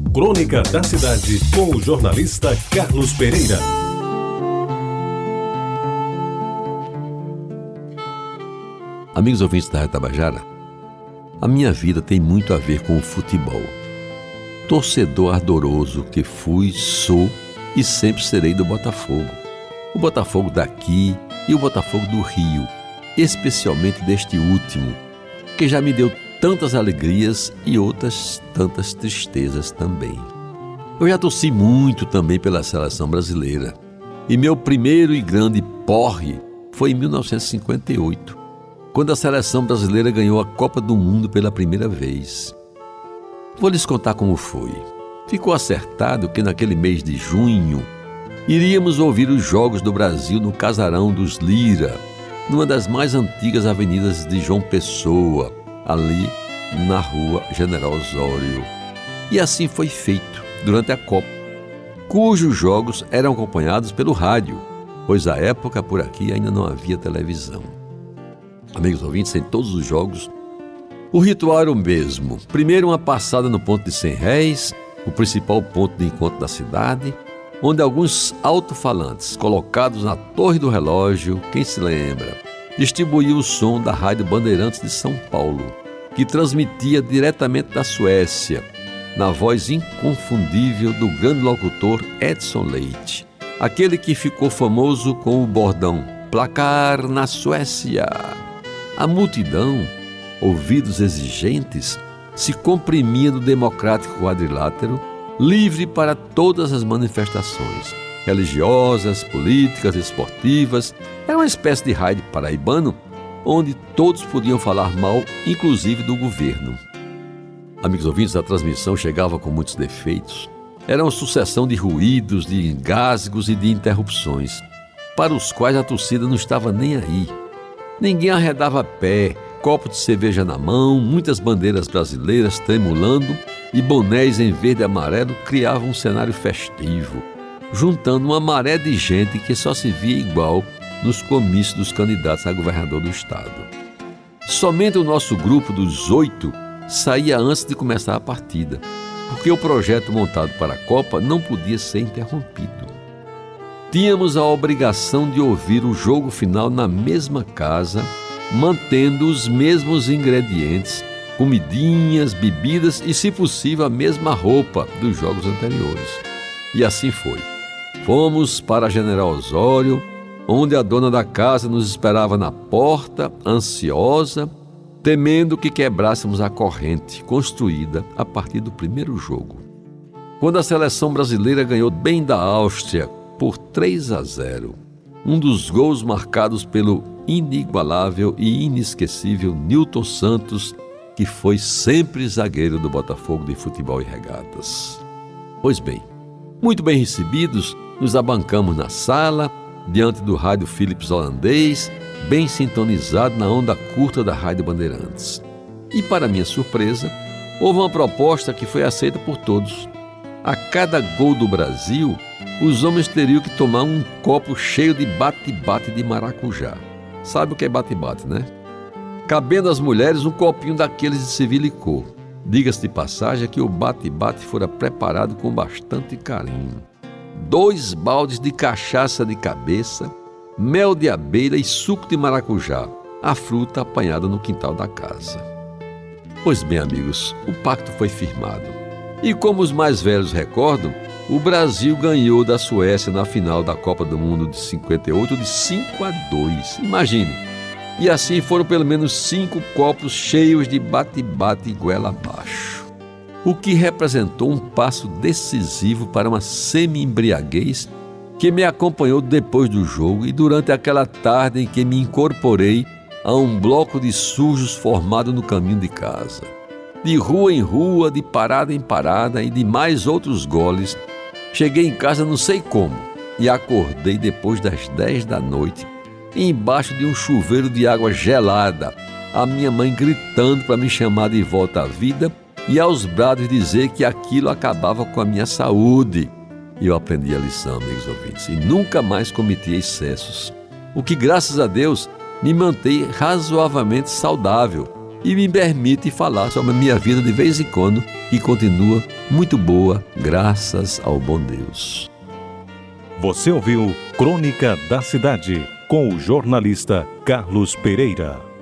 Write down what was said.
Crônica da Cidade, com o jornalista Carlos Pereira. Amigos ouvintes da Rádio Tabajara, a minha vida tem muito a ver com o futebol. Torcedor ardoroso que fui, sou e sempre serei do Botafogo. O Botafogo daqui e o Botafogo do Rio, especialmente deste último, que já me deu tantas alegrias e outras tantas tristezas também. Eu já torci muito também pela seleção brasileira. E meu primeiro e grande porre foi em 1958, quando a seleção brasileira ganhou a Copa do Mundo pela primeira vez. Vou lhes contar como foi. Ficou acertado que naquele mês de junho iríamos ouvir os Jogos do Brasil no Casarão dos Lira, numa das mais antigas avenidas de João Pessoa, ali na rua General Osório. E assim foi feito durante a Copa, cujos jogos eram acompanhados pelo rádio, pois à época por aqui ainda não havia televisão. Amigos ouvintes, em todos os jogos, o ritual era o mesmo. Primeiro uma passada no ponto de 100 réis, o principal ponto de encontro da cidade, onde alguns alto-falantes colocados na torre do relógio, quem se lembra, distribuía o som da Rádio Bandeirantes de São Paulo, que transmitia diretamente da Suécia, na voz inconfundível do grande locutor Edson Leite, aquele que ficou famoso com o bordão "Placar na Suécia". A multidão, ouvidos exigentes, se comprimia no democrático quadrilátero, livre para todas as manifestações, religiosas, políticas, esportivas. Era uma espécie de raid paraibano, onde todos podiam falar mal, inclusive do governo. Amigos ouvintes, a transmissão chegava com muitos defeitos. Era uma sucessão de ruídos, de engasgos e de interrupções, para os quais a torcida não estava nem aí. Ninguém arredava pé, copo de cerveja na mão, muitas bandeiras brasileiras tremulando e bonés em verde e amarelo criavam um cenário festivo, juntando uma maré de gente que só se via igual nos comícios dos candidatos a governador do estado. Somente o nosso grupo dos 8 saía antes de começar a partida, porque o projeto montado para a Copa não podia ser interrompido. Tínhamos a obrigação de ouvir o jogo final na mesma casa, mantendo os mesmos ingredientes, comidinhas, bebidas e, se possível, a mesma roupa dos jogos anteriores. E assim foi. Fomos para a General Osório, onde a dona da casa nos esperava na porta, ansiosa, temendo que quebrássemos a corrente construída a partir do primeiro jogo. Quando a seleção brasileira ganhou bem da Áustria por 3-0, um dos gols marcados pelo inigualável e inesquecível Nilton Santos, que foi sempre zagueiro do Botafogo de Futebol e Regatas. Pois bem, muito bem recebidos, nos abancamos na sala, diante do rádio Philips holandês, bem sintonizado na onda curta da Rádio Bandeirantes. E, para minha surpresa, houve uma proposta que foi aceita por todos. A cada gol do Brasil, os homens teriam que tomar um copo cheio de bate-bate de maracujá. Sabe o que é bate-bate, né? Cabendo às mulheres um copinho daqueles de servir licor. Diga-se de passagem que o bate-bate fora preparado com bastante carinho. 2 baldes de cachaça de cabeça, mel de abelha e suco de maracujá, a fruta apanhada no quintal da casa. Pois bem, amigos, o pacto foi firmado. E como os mais velhos recordam, o Brasil ganhou da Suécia na final da Copa do Mundo de 58 de 5-2. Imagine! E assim foram pelo menos 5 copos cheios de bate-bate goela abaixo, o que representou um passo decisivo para uma semi-embriaguez que me acompanhou depois do jogo e durante aquela tarde em que me incorporei a um bloco de sujos formado no caminho de casa. De rua em rua, de parada em parada e de mais outros goles, cheguei em casa não sei como e acordei depois das 10 da noite, embaixo de um chuveiro de água gelada, a minha mãe gritando para me chamar de volta à vida e aos brados dizer que aquilo acabava com a minha saúde. E eu aprendi a lição, amigos ouvintes, e nunca mais cometi excessos, o que, graças a Deus, me mantém razoavelmente saudável, e me permite falar sobre a minha vida de vez em quando, que continua muito boa, graças ao bom Deus. Você ouviu Crônica da Cidade, com o jornalista Carlos Pereira.